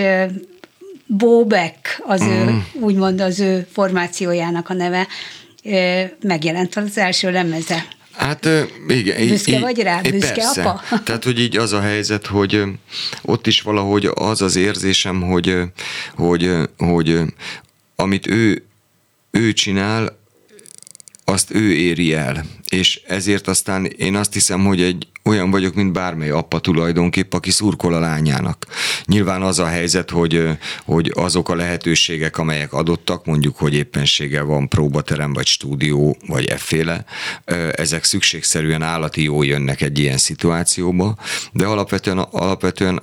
Bo Beck, az mm. ő, úgymond az ő formációjának a neve, megjelent az első lemeze. Hát igen. Büszke vagy rá? Büszke persze. Apa? Tehát, hogy így az a helyzet, hogy ott is valahogy az az érzésem, hogy, hogy, hogy amit ő, ő csinál, azt ő éri el. És ezért aztán én azt hiszem, hogy egy olyan vagyok, mint bármely apa tulajdonképp, aki szurkol a lányának. Nyilván az a helyzet, hogy, hogy azok a lehetőségek, amelyek adottak, mondjuk, hogy éppenséggel van próbaterem, vagy stúdió, vagy efféle, ezek szükségszerűen állati jól jönnek egy ilyen szituációba, de alapvetően, alapvetően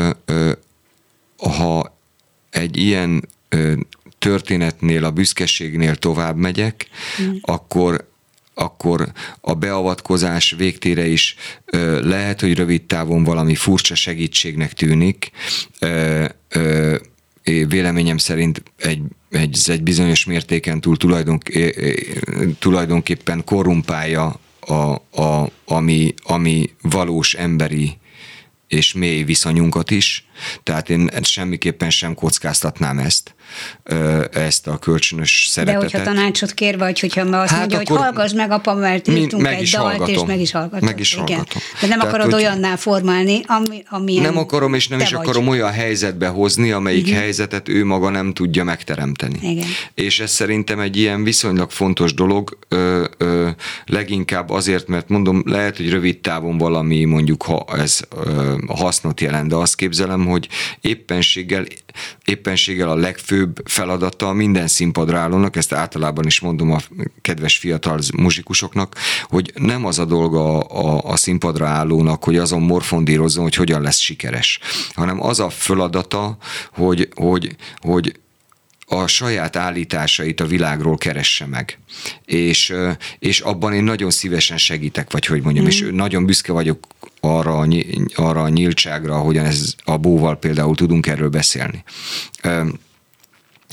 ha egy ilyen történetnél, a büszkeségnél tovább megyek, mm. akkor akkor a beavatkozás végtére is ö, lehet, hogy rövid távon valami furcsa segítségnek tűnik. Ö, ö, véleményem szerint egy, egy, egy bizonyos mértéken túl tulajdon, tulajdonképpen korrumpálja a, a, ami, ami valós emberi és mély viszonyunkat is. Tehát én semmiképpen sem kockáztatnám ezt, ezt a kölcsönös szeretetet. De hogyha tanácsot kér, vagy hogyha azt hát mondja, hogy hallgass meg, apa, mert írtunk egy dalt, hallgatom. És meg is hallgatod. Meg is hallgatom. De nem Tehát, akarod hogy olyanná formálni, ami, amilyen nem akarom, és nem is vagy. akarom olyan helyzetbe hozni, amelyik uh-huh. helyzetet ő maga nem tudja megteremteni. Igen. És ez szerintem egy ilyen viszonylag fontos dolog, ö, ö, leginkább azért, mert mondom, lehet, hogy rövid távon valami mondjuk ha ez ö, hasznot jelent, de azt képzelem, hogy éppenséggel, éppenséggel a legfőbb feladata minden színpadra állónak, ezt általában is mondom a kedves fiatal muzsikusoknak, hogy nem az a dolga a, a, a színpadra állónak, hogy azon morfondírozzon, hogy hogyan lesz sikeres, hanem az a feladata, hogy, hogy, hogy a saját állításait a világról keresse meg. És, és abban én nagyon szívesen segítek, vagy hogy mondjam, mm. és nagyon büszke vagyok arra a, arra a nyíltságra, ahogyan ez a Bóval például tudunk erről beszélni.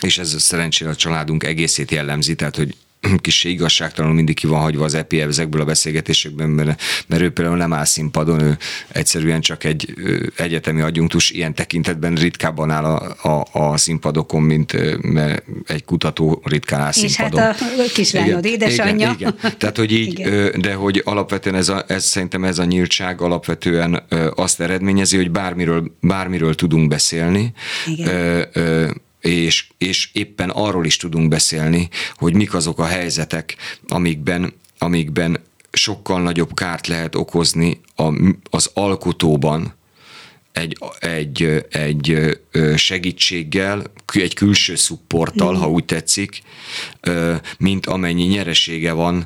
és ez szerencsére a családunk egészét jellemzi, tehát hogy kicsi igazságtalanul mindig ki van hagyva az epi ezekből a beszélgetésekben, mert, mert ő például nem áll színpadon, ő egyszerűen csak egy egyetemi adjunktus, ilyen tekintetben ritkábban áll a, a, a színpadokon, mint egy kutató ritkán áll színpadon. És hát a kislányod édesanyja. Igen, igen. Tehát, hogy így, igen. De hogy alapvetően ez, a, ez szerintem ez a nyíltság alapvetően azt eredményezi, hogy bármiről, bármiről tudunk beszélni, igen. Ö, ö, És, és éppen arról is tudunk beszélni, hogy mik azok a helyzetek, amikben, amikben sokkal nagyobb kárt lehet okozni a, az alkotóban egy, egy, egy segítséggel, egy külső szupporttal, ha úgy tetszik, mint amennyi nyeresége van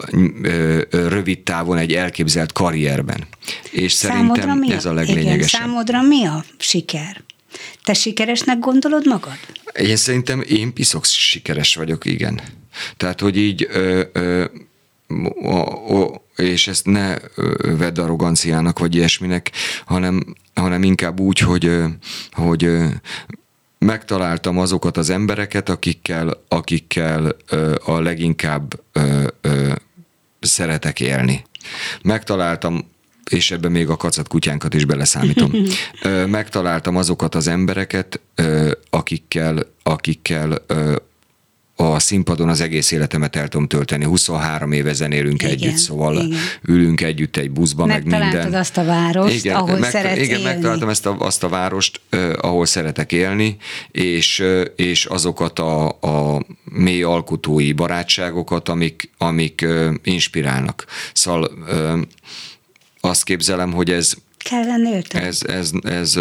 rövid távon egy elképzelt karrierben. És szerintem ez a leglényegesebb. Igen, számodra mi a siker? Te sikeresnek gondolod magad? Én szerintem én piszok sikeres vagyok, igen. Tehát, hogy így, ö, ö, ö, ö, és ezt ne vedd arroganciának, vagy ilyesminek, hanem, hanem inkább úgy, hogy, hogy megtaláltam azokat az embereket, akikkel, akikkel a leginkább szeretek élni. Megtaláltam, és ebben még a kacatkutyánkat is beleszámítom. Megtaláltam azokat az embereket, akikkel, akikkel a színpadon az egész életemet el tudom tölteni. huszonhárom éve zenélünk igen, együtt, szóval igen. ülünk együtt egy buszba, meg minden. Megtaláltad azt a várost, igen, ahol meg, szeretsz igen, élni. megtaláltam ezt a, azt a várost, uh, ahol szeretek élni, és, uh, és azokat a, a mély alkotói barátságokat, amik, amik uh, inspirálnak. Szóval uh, azt képzelem, hogy ez kell lenni ez, ez, ez,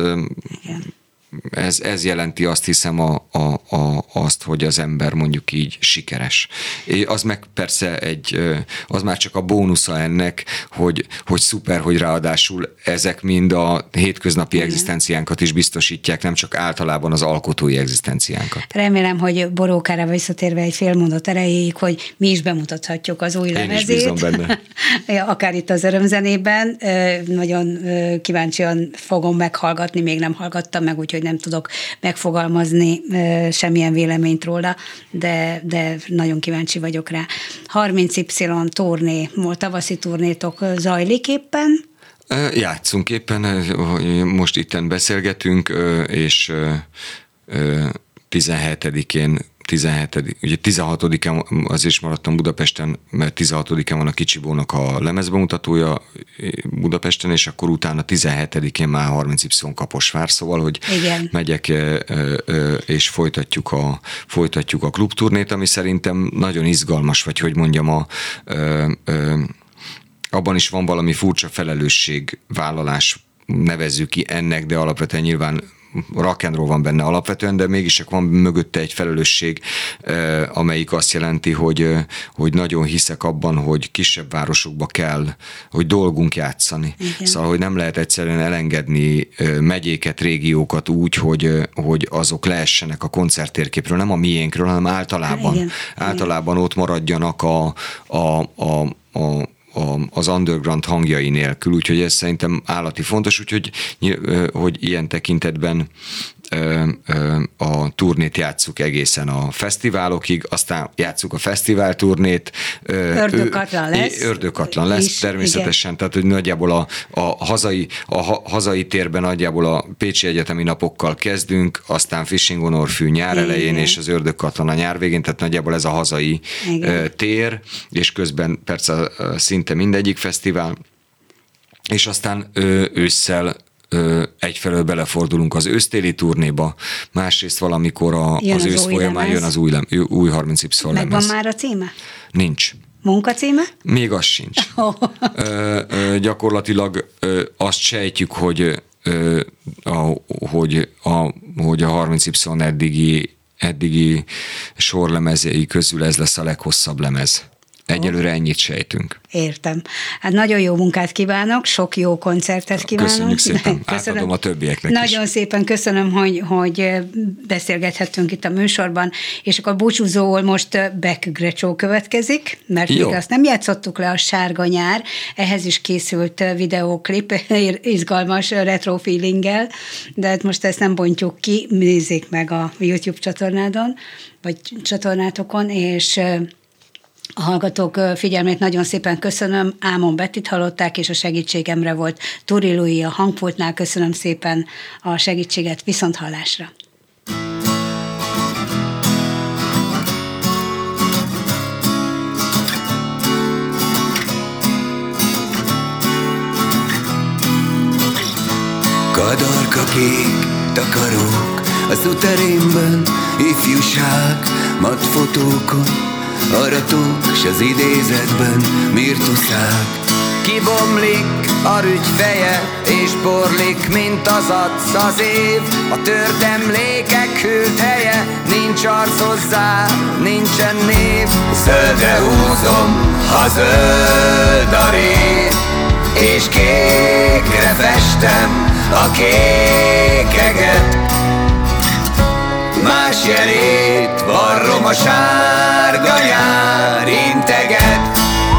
ez, ez jelenti azt hiszem a, a, a, azt, hogy az ember mondjuk így sikeres. Az meg persze egy, az már csak a bónusza ennek, hogy, hogy szuper, hogy ráadásul ezek mind a hétköznapi igen. egzisztenciánkat is biztosítják, nem csak általában az alkotói egzisztenciánkat. Remélem, hogy Borókára visszatérve egy fél mondat erejéig, hogy mi is bemutathatjuk az új Én lemezét. Én is bízom benne. Akár itt az Örömzenében. Nagyon kíváncsian fogom meghallgatni, még nem hallgattam meg, úgyhogy nem tudok megfogalmazni semmilyen véleményt róla, de, de nagyon kíváncsi vagyok rá. harminc Y turné, tavaszi turnétok zajlik éppen? Játszunk éppen, most itten beszélgetünk, és tizenhetedikén tizenhetedik ugye tizenhatodikán az is maradtam Budapesten, mert tizenhatodikán van a Kicsibónak a lemezbemutatója Budapesten, és akkor utána tizenhetedikén már harminc Y Kaposvár, szóval, hogy igen. megyek, és folytatjuk a, folytatjuk a klubturnét, ami szerintem nagyon izgalmas, vagy hogy mondjam, a, abban is van valami furcsa felelősségvállalás, nevezzük ki ennek, de alapvetően nyilván rock and roll van benne alapvetően, de mégis csak van mögötte egy felelősség, amelyik azt jelenti, hogy, hogy nagyon hiszek abban, hogy kisebb városokba kell, hogy dolgunk játszani. Igen. Szóval, hogy nem lehet egyszerűen elengedni megyéket, régiókat úgy, hogy, hogy azok leessenek a koncerttérképről, nem a miénkről, hanem általában. Igen. Általában ott maradjanak a, a, a, a az underground hangjai nélkül, úgyhogy ez szerintem állati fontos, úgyhogy hogy ilyen tekintetben a turnét játsszuk egészen a fesztiválokig, aztán játsszuk a fesztivál turnét. Ördögkatlan lesz. Ördögkatlan lesz, is, természetesen, igen. Tehát hogy nagyjából a, a, hazai, a hazai térben nagyjából a Pécsi Egyetemi Napokkal kezdünk, aztán Fishing on Orfű nyár igen. elején, és az Ördögkatlan a nyár végén, tehát nagyjából ez a hazai igen. tér, és közben persze szinte mindegyik fesztivál, és aztán ősszel egyfelől belefordulunk az ősztéli turnéba, másrészt valamikor a, az ősz folyamán jön az új, lem, új harminc Y lemez. Megvan már a címe? Nincs. Munkacíme? Még az sincs. Oh. ö, ö, gyakorlatilag ö, azt sejtjük, hogy, ö, a, hogy, a, hogy a harminc Y eddigi, eddigi sorlemezei közül ez lesz a leghosszabb lemez. Egyelőre ennyit sejtünk. Értem. Hát nagyon jó munkát kívánok, sok jó koncertet kívánok. Köszönjük szépen, köszönöm. átadom a többieknek Nagyon is. szépen köszönöm, hogy, hogy beszélgethettünk itt a műsorban, és akkor búcsúzóul most Beck Grecsó következik, mert jó. Még azt nem játszottuk le, a Sárga nyár, ehhez is készült videóklip, izgalmas retro feelinggel, de hát most ezt nem bontjuk ki, nézzék meg a YouTube csatornádon, vagy csatornátokon, és a hallgatók figyelmét nagyon szépen köszönöm. Ámon Bettit hallották, és a segítségemre volt Turi Lui a hangpultnál. Köszönöm szépen a segítséget, viszont hallásra. Kadarka kék takarók a szuterénben, ifjúság, madfotókon, aratók s az idézetben mirtuszák. Kibomlik a rügy feje, és borlik, mint az adsz az év. A tört emlékek hűlt helye, nincs arc hozzá, nincsen név. Zöldre húzom, ha zöld a rét, és kékre festem a kékeget. Más jelét varrom, a sárga nyár integet.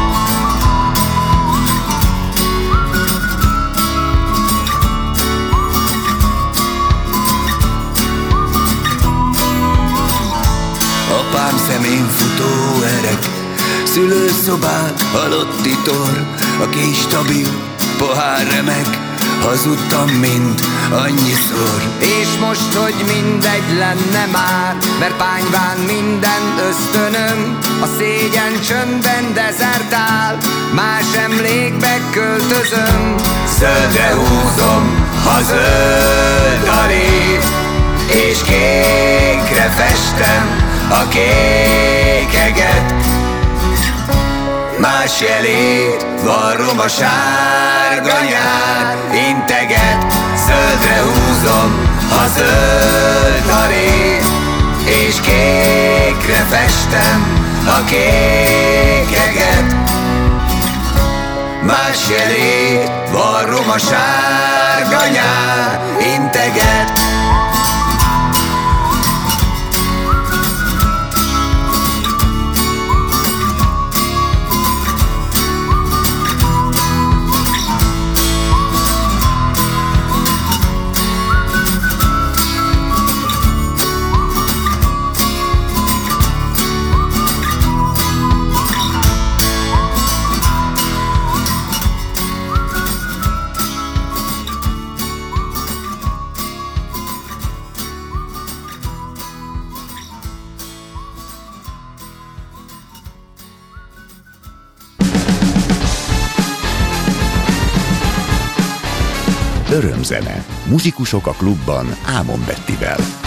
Apám szemén futó erek, szülőszobák, halotti tor, a kis stabil, pohár remek, hazudtam mind annyiszor. És most, hogy mindegy lenne már, mert pányván minden ösztönöm, a szégyen csöndben dezertál, más emlékbe költözöm. Zöldre húzom, ha zöld a rét, és kékre festem a kékeget. Más jelét varrom, a sárga nyár integet. Zöldre húzom, ha zöld a rét, és kékre festem a kékeget. Más jelét varrom, a sárga nyár integet. Örömzene. Muzsikusok a klubban Ámon Bettivel.